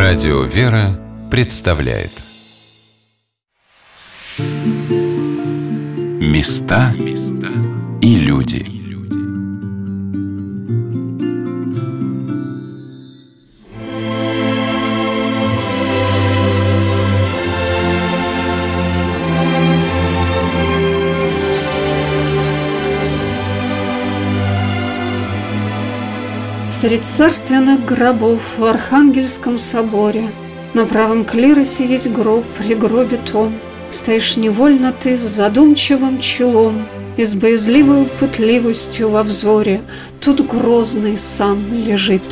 Радио «Вера» представляет Места и люди. Средь царственных гробов в Архангельском соборе на правом клиросе есть гроб, при гробе том стоишь невольно ты с задумчивым челом и с боязливой пытливостью во взоре. Тут грозный сам лежит.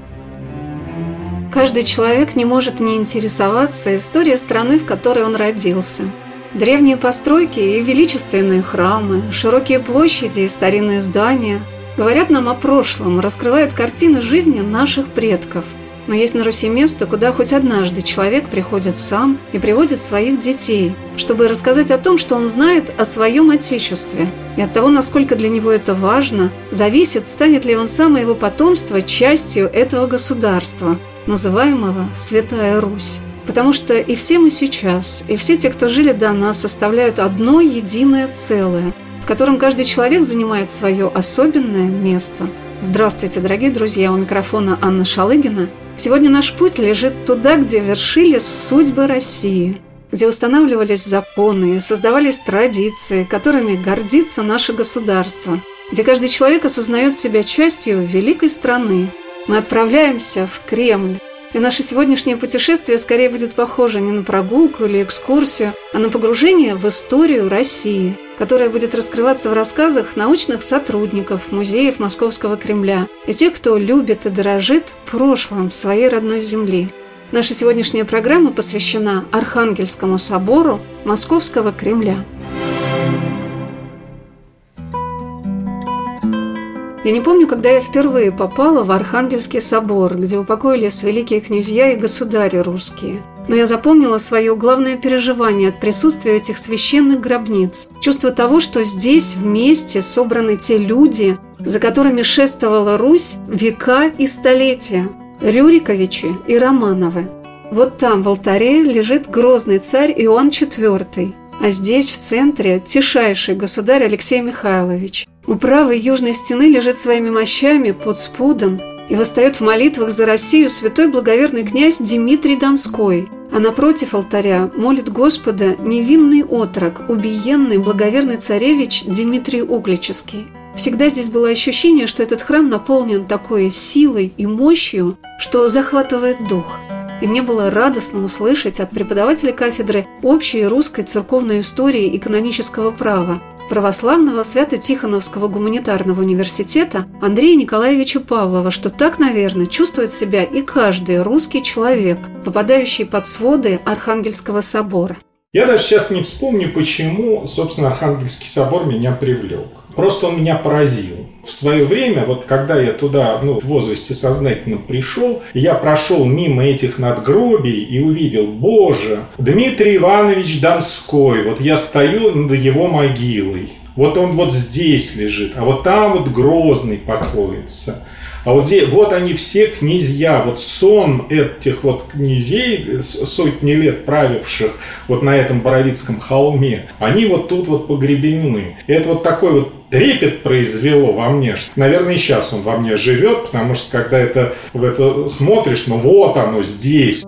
Каждый человек не может не интересоваться историей страны, в которой он родился. Древние постройки и величественные храмы, широкие площади и старинные здания говорят нам о прошлом, раскрывают картины жизни наших предков. Но есть на Руси место, куда хоть однажды человек приходит сам и приводит своих детей, чтобы рассказать о том, что он знает о своем Отечестве. И от того, насколько для него это важно, зависит, станет ли он сам и его потомство частью этого государства, называемого Святая Русь. Потому что и все мы сейчас, и все те, кто жили до нас, составляют одно единое целое, в котором каждый человек занимает свое особенное место. Здравствуйте, дорогие друзья, у микрофона Анна Шалыгина. Сегодня наш путь лежит туда, где вершились судьбы России, где устанавливались законы и создавались традиции, которыми гордится наше государство, где каждый человек осознает себя частью великой страны. Мы отправляемся в Кремль. И наше сегодняшнее путешествие скорее будет похоже не на прогулку или экскурсию, а на погружение в историю России, которая будет раскрываться в рассказах научных сотрудников музеев Московского Кремля и тех, кто любит и дорожит прошлым своей родной земли. Наша сегодняшняя программа посвящена Архангельскому собору Московского Кремля. Я не помню, когда я впервые попала в Архангельский собор, где упокоились великие князья и государи русские. Но я запомнила свое главное переживание от присутствия этих священных гробниц. Чувство того, что здесь вместе собраны те люди, за которыми шествовала Русь века и столетия – Рюриковичи и Романовы. Вот там, в алтаре, лежит грозный царь Иоанн IV, а здесь, в центре, тишайший государь Алексей Михайлович. У правой южной стены лежит своими мощами под спудом и восстает в молитвах за Россию святой благоверный князь Дмитрий Донской, а напротив алтаря молит Господа невинный отрок, убиенный благоверный царевич Дмитрий Угличский. Всегда здесь было ощущение, что этот храм наполнен такой силой и мощью, что захватывает дух. И мне было радостно услышать от преподавателя кафедры общей русской церковной истории и канонического права православного Свято-Тихоновского гуманитарного университета Андрея Николаевича Павлова, что так, наверное, чувствует себя и каждый русский человек, попадающий под своды Архангельского собора. Я даже сейчас не вспомню, почему, собственно, Архангельский собор меня привлек. Просто он меня поразил. В свое время, вот когда я туда, в возрасте сознательно пришел, я прошел мимо этих надгробий и увидел, Боже, Дмитрий Иванович Донской, вот я стою над его могилой. Вот он вот здесь лежит, а вот там вот Грозный покоится. А вот здесь, вот они все князья, вот сон этих вот князей, сотни лет правивших вот на этом Боровицком холме, они вот тут вот погребены. И это вот такой вот трепет произвело во мне, что, наверное, и сейчас он во мне живет, потому что когда в это смотришь, вот оно здесь.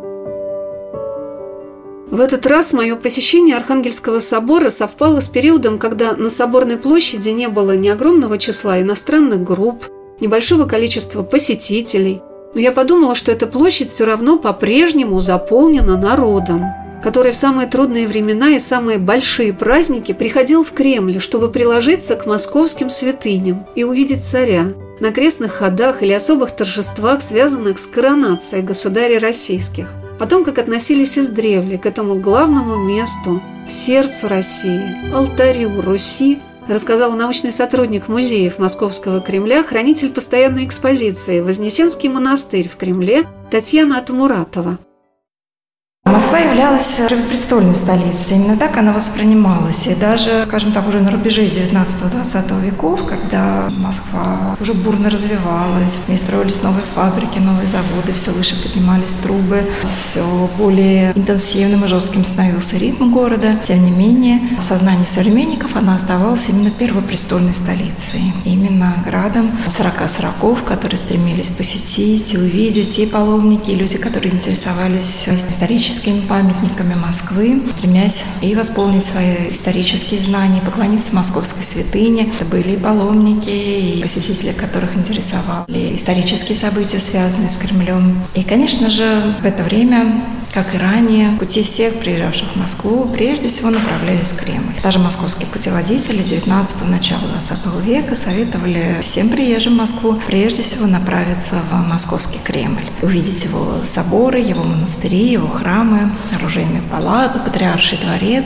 В этот раз мое посещение Архангельского собора совпало с периодом, когда на Соборной площади не было ни огромного числа иностранных групп, небольшого количества посетителей. Но я подумала, что эта площадь все равно по-прежнему заполнена народом, который в самые трудные времена и самые большие праздники приходил в Кремль, чтобы приложиться к московским святыням и увидеть царя на крестных ходах или особых торжествах, связанных с коронацией государей российских. О том, как относились издревле к этому главному месту, сердцу России, алтарю Руси, рассказал научный сотрудник музеев Московского Кремля, хранитель постоянной экспозиции «Вознесенский монастырь в Кремле» Татьяна Атмуратова. Москва Москва являлась первопрестольной столицей. Именно так она воспринималась. И даже, скажем так, уже на рубеже 19-20 веков, когда Москва уже бурно развивалась, и строились новые фабрики, новые заводы, все выше поднимались трубы, все более интенсивным и жестким становился ритм города. Тем не менее, в сознании современников она оставалась именно первопрестольной столицей. Именно градом 40 сороков, которые стремились посетить и увидеть, и паломники, и люди, которые интересовались историческими памятниками Москвы, стремясь и восполнить свои исторические знания, поклониться московской святыне. Это были и паломники, и посетители, которых интересовали исторические события, связанные с Кремлем. И, конечно же, в это время, как и ранее, пути всех приезжавших в Москву прежде всего направлялись в Кремль. Даже московские путеводители 19-го, начала 20 века советовали всем приезжим в Москву прежде всего направиться в московский Кремль, увидеть его соборы, его монастыри, его храмы, оружейную палату, Патриарший дворец.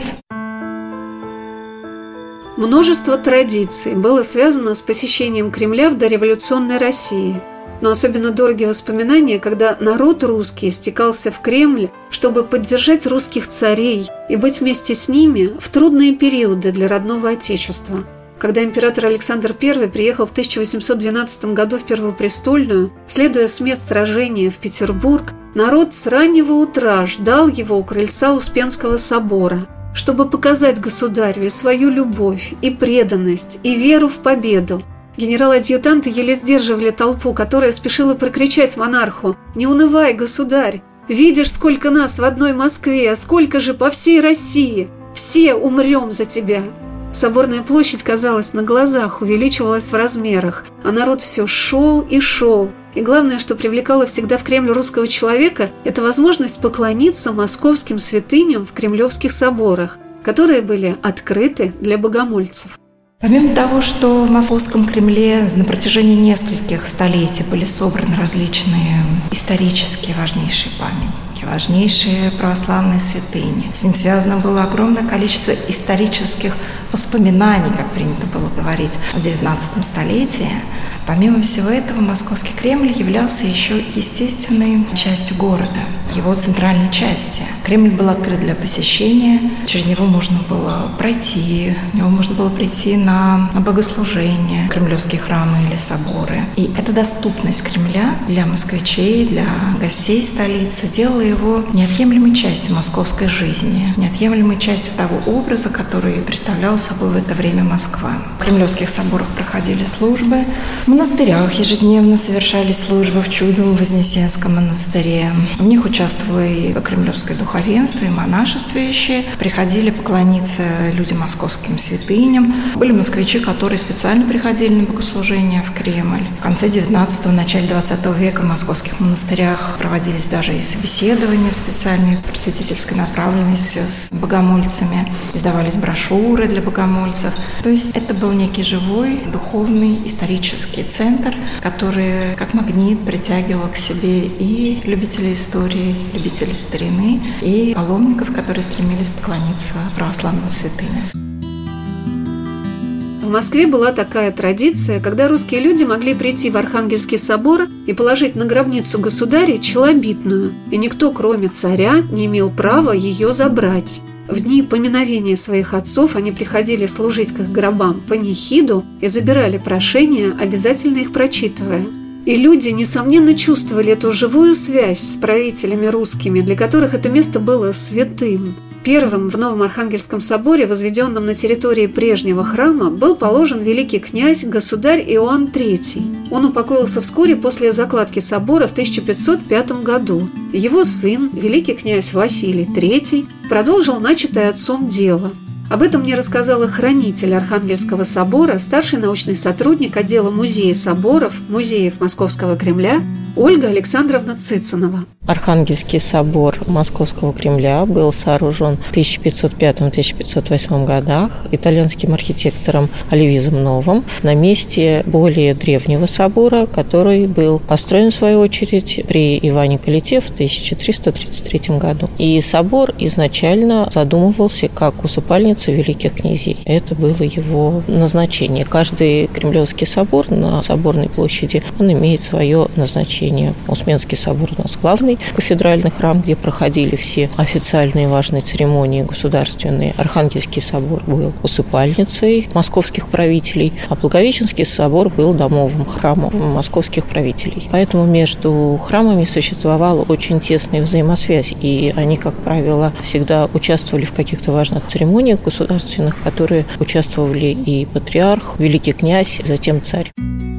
Множество традиций было связано с посещением Кремля в дореволюционной России. Но особенно дороги воспоминания, когда народ русский стекался в Кремль, чтобы поддержать русских царей и быть вместе с ними в трудные периоды для родного Отечества. Когда император Александр I приехал в 1812 году в Первопрестольную, следуя с мест сражения в Петербург, народ с раннего утра ждал его у крыльца Успенского собора, чтобы показать государю и свою любовь, и преданность, и веру в победу. Генерал-адъютанты еле сдерживали толпу, которая спешила прокричать монарху: «Не унывай, государь! Видишь, сколько нас в одной Москве, а сколько же по всей России! Все умрем за тебя!» Соборная площадь, казалось, на глазах увеличивалась в размерах, а народ все шел и шел. И главное, что привлекало всегда в Кремль русского человека, это возможность поклониться московским святыням в кремлевских соборах, которые были открыты для богомольцев. Помимо того, что в Московском Кремле на протяжении нескольких столетий были собраны различные исторические важнейшие памятники, важнейшие православные святыни, с ним связано было огромное количество исторических воспоминаний, как принято было говорить, о XIX столетии. Помимо всего этого, Московский Кремль являлся еще естественной частью города, его центральной части. Кремль был открыт для посещения, через него можно было пройти, в него можно было прийти на богослужение, кремлевские храмы или соборы. И эта доступность Кремля для москвичей, для гостей столицы делала его неотъемлемой частью московской жизни, неотъемлемой частью того образа, который представлял собой в это время Москва. В кремлевских соборах проходили службы, в монастырях ежедневно совершались службы в Чудово-Вознесенском монастыре. В них участвовало и кремлевское духовенство, и монашествующие. Приходили поклониться людям московским святыням. Были москвичи, которые специально приходили на богослужения в Кремль. В конце 19-го, начале 20 века в московских монастырях проводились даже и собеседования специальной просветительской направленности с богомольцами. Издавались брошюры для богомольцев. То есть это был некий живой, духовный, исторический центр, который как магнит притягивал к себе и любителей истории, любителей старины, и паломников, которые стремились поклониться православным святыням. В Москве была такая традиция, когда русские люди могли прийти в Архангельский собор и положить на гробницу государя челобитную, и никто, кроме царя, не имел права ее забрать. В дни поминовения своих отцов они приходили служить к их гробам панихиду и забирали прошения, обязательно их прочитывая. И люди, несомненно, чувствовали эту живую связь с правителями русскими, для которых это место было святым. Первым в Новом Архангельском соборе, возведенном на территории прежнего храма, был положен великий князь, государь Иоанн III. Он упокоился вскоре после закладки собора в 1505 году. Его сын, великий князь Василий III, продолжил начатое отцом дело. Об этом мне рассказала хранитель Архангельского собора, старший научный сотрудник отдела музея соборов, музеев Московского Кремля Ольга Александровна Цицинова. Архангельский собор Московского Кремля был сооружен в 1505-1508 годах итальянским архитектором Оливизом Новым на месте более древнего собора, который был построен, в свою очередь, при Иване Калите в 1333 году. И собор изначально задумывался как усыпальница усыпальницы великих князей. Это было его назначение. Каждый Кремлевский собор на Соборной площади, он имеет свое назначение. Усменский собор у нас главный кафедральный храм, где проходили все официальные важные церемонии государственные. Архангельский собор был усыпальницей московских правителей, а Благовещенский собор был домовым храмом московских правителей. Поэтому между храмами существовала очень тесная взаимосвязь, и они, как правило, всегда участвовали в каких-то важных церемониях государственных, в которые участвовали и патриарх, великий князь, затем царь.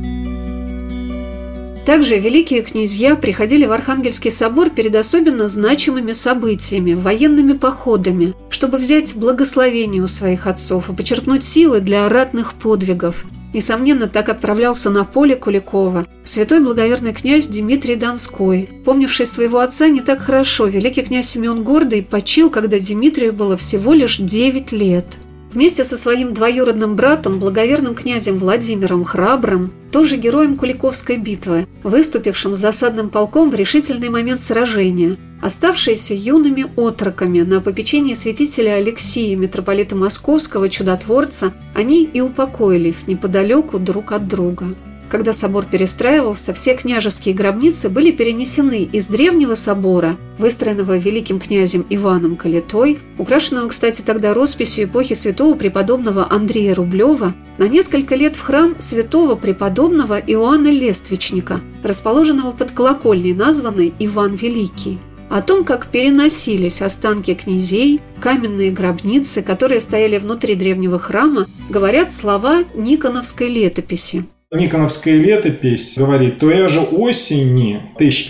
Также великие князья приходили в Архангельский собор перед особенно значимыми событиями, военными походами, чтобы взять благословение у своих отцов и почерпнуть силы для ратных подвигов. Несомненно, так отправлялся на поле Куликова святой благоверный князь Дмитрий Донской. Помнивший своего отца не так хорошо, великий князь Симеон Гордый почил, когда Дмитрию было всего лишь 9 лет. Вместе со своим двоюродным братом, благоверным князем Владимиром Храбрым, тоже героем Куликовской битвы, выступившим с засадным полком в решительный момент сражения, оставшиеся юными отроками на попечении святителя Алексия, митрополита Московского, чудотворца, они и упокоились неподалеку друг от друга. Когда собор перестраивался, все княжеские гробницы были перенесены из древнего собора, выстроенного великим князем Иваном Калитой, украшенного, кстати, тогда росписью эпохи святого преподобного Андрея Рублева, на несколько лет в храм святого преподобного Иоанна Лествичника, расположенного под колокольней, названной Иван Великий. О том, как переносились останки князей, каменные гробницы, которые стояли внутри древнего храма, говорят слова Никоновской летописи. Никоновская летопись говорит: «То я же осени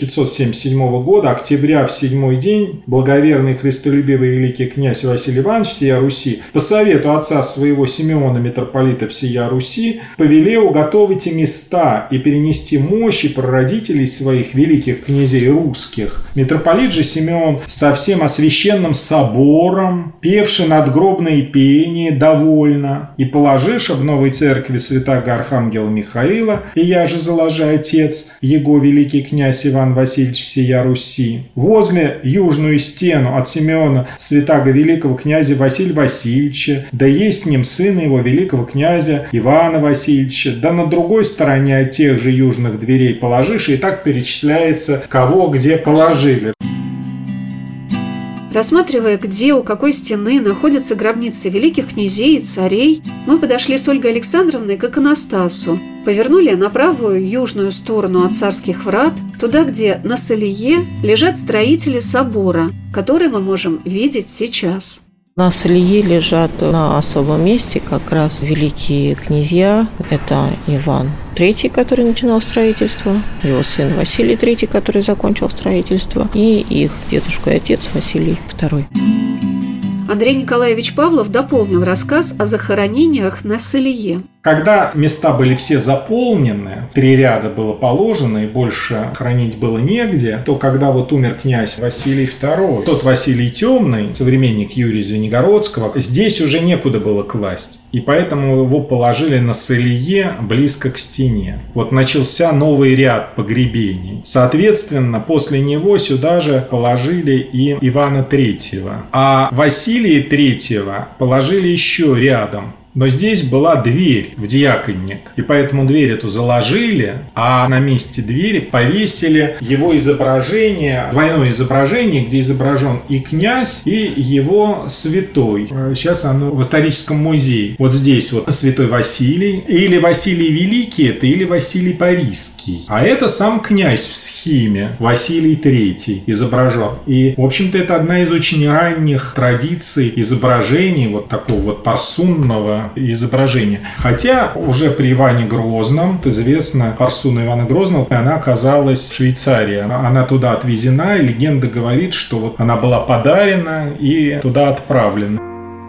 1577 года, октября в 7-й день, благоверный христолюбивый великий князь Василий Иванович всея Руси, по совету отца своего Симеона, митрополита всея Руси, повелел готовить места и перенести мощи прародителей своих великих князей русских. Митрополит же Симеон со всем освященным собором, певший надгробные пения довольно, и положиша в новой церкви святаго архангела Михаила, и я же заложи отец его великий князь Иван Васильевич всея Руси, возле южную стену от Симеона святаго великого князя Василия Васильевича, да есть с ним сына его великого князя Ивана Васильевича, да на другой стороне от тех же южных дверей положишь», и так перечисляется, кого где положили. Рассматривая, где у какой стены находятся гробницы великих князей и царей, мы подошли с Ольгой Александровной к иконостасу, повернули на правую южную сторону от царских врат, туда, где на Солие лежат строители собора, который мы можем видеть сейчас. На Солие лежат на особом месте как раз великие князья. Это Иван III, который начинал строительство, его сын Василий III, который закончил строительство, и их дедушка и отец Василий II. Андрей Николаевич Павлов дополнил рассказ о захоронениях на Солие. Когда места были все заполнены, 3 ряда было положено и больше хранить было негде, то когда вот умер князь Василий II, тот Василий Темный, современник Юрия Звенигородского, здесь уже некуда было класть. И поэтому его положили на Солие близко к стене. Вот начался новый ряд погребений. Соответственно, после него сюда же положили и Ивана III. А Василия III положили еще рядом. Но здесь была дверь в диаконник, и поэтому дверь эту заложили, а на месте двери повесили его изображение, двойное изображение, где изображен и князь, и его святой. Сейчас оно в историческом музее. Вот здесь вот святой Василий, или Василий Великий это, или Василий Парижский. А это сам князь в схеме, Василий III изображен. И, в общем-то, это одна из очень ранних традиций изображений вот такого вот парсунного изображения. Хотя уже при Иване Грозном, известно, парсуна Ивана Грозного, она оказалась в Швейцарии. Она туда отвезена, и легенда говорит, что вот она была подарена и туда отправлена.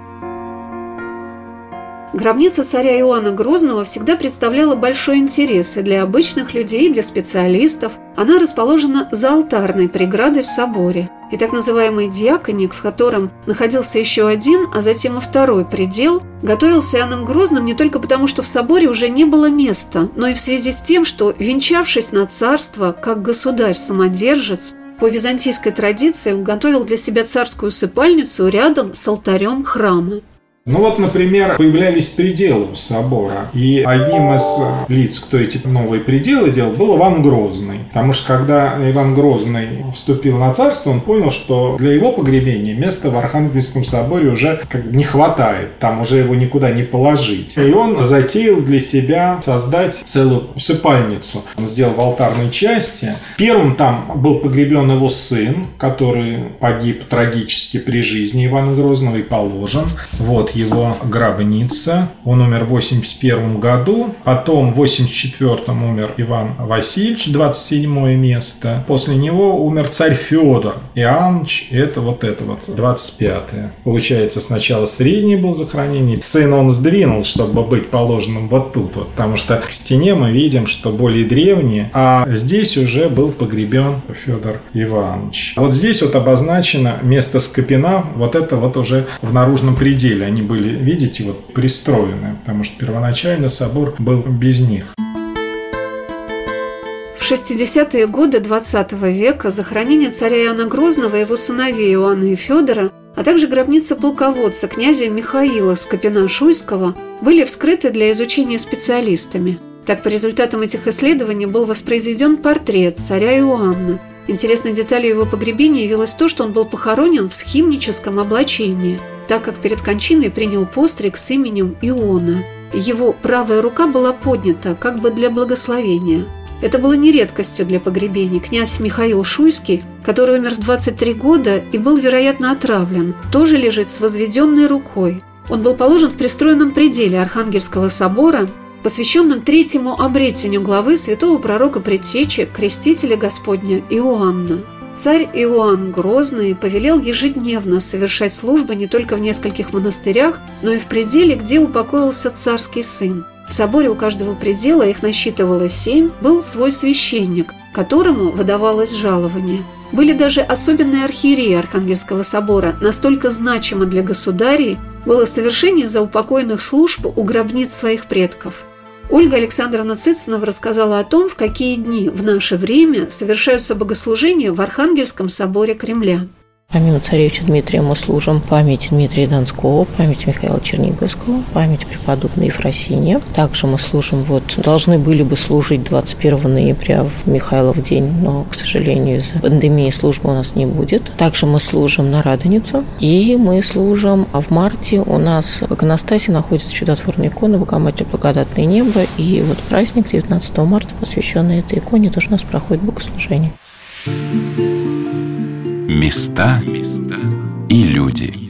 Гробница царя Иоанна Грозного всегда представляла большой интерес и для обычных людей, и для специалистов. Она расположена за алтарной преградой в соборе. И так называемый диаконик, в котором находился еще один, а затем и второй предел, готовился Иоанном Грозным не только потому, что в соборе уже не было места, но и в связи с тем, что, венчавшись на царство, как государь-самодержец, по византийской традиции он готовил для себя царскую усыпальницу рядом с алтарем храма. Ну вот, например, появлялись пределы у собора. И одним из лиц, кто эти новые пределы делал, был Иван Грозный. Потому что когда Иван Грозный вступил на царство, он понял, что для его погребения места в Архангельском соборе уже не хватает. Там уже его никуда не положить. И он затеял для себя создать целую усыпальницу. Он сделал в алтарной части. Первым там был погребен его сын, который погиб трагически при жизни Ивана Грозного и положен. Вот его гробница. Он умер в 81 году. Потом в 84-м умер Иван Васильевич, 27 место. После него умер царь Федор Иоаннович. Это 25-е. Получается, сначала средний был захоронение. Сына он сдвинул, чтобы быть положенным вот тут. Потому что к стене мы видим, что более древние. А здесь уже был погребен Федор Иванович. Вот здесь обозначено место Скопина. Это уже в наружном пределе. Они были, видите, пристроены, потому что первоначально собор был без них. В 60-е годы XX века захоронение царя Иоанна Грозного и его сыновей Иоанна и Федора, а также гробница полководца князя Михаила Скопина-Шуйского были вскрыты для изучения специалистами. Так, по результатам этих исследований был воспроизведен портрет царя Иоанна. Интересной деталью его погребения явилось то, что он был похоронен в схимническом облачении, так как перед кончиной принял постриг с именем Иона. Его правая рука была поднята, как бы для благословения. Это было не редкостью для погребений. Князь Михаил Шуйский, который умер в 23 года и был, вероятно, отравлен, тоже лежит с возведенной рукой. Он был положен в пристроенном пределе Архангельского собора, посвященном третьему обретению главы святого пророка Предтечи, крестителя Господня Иоанна. Царь Иоанн Грозный повелел ежедневно совершать службы не только в нескольких монастырях, но и в пределе, где упокоился царский сын. В соборе у каждого предела, их насчитывалось 7, был свой священник, которому выдавалось жалование. Были даже особенные архиереи Архангельского собора. Настолько значимо для государей было совершение заупокойных служб у гробниц своих предков. Ольга Александровна Цицинова рассказала о том, в какие дни в наше время совершаются богослужения в Архангельском соборе Кремля. Помимо царевича Дмитрия мы служим память Дмитрия Донского, память Михаила Черниговского, память преподобной Ефросиньи. Также мы служим, должны были бы служить 21 ноября в Михайлов день, но, к сожалению, из-за пандемии службы у нас не будет. Также мы служим на Радоницу, и мы служим, а в марте у нас в иконостасе находится чудотворная икона Богоматерь Благодатное небо, и праздник 19 марта, посвященный этой иконе, тоже у нас проходит богослужение. Места и люди.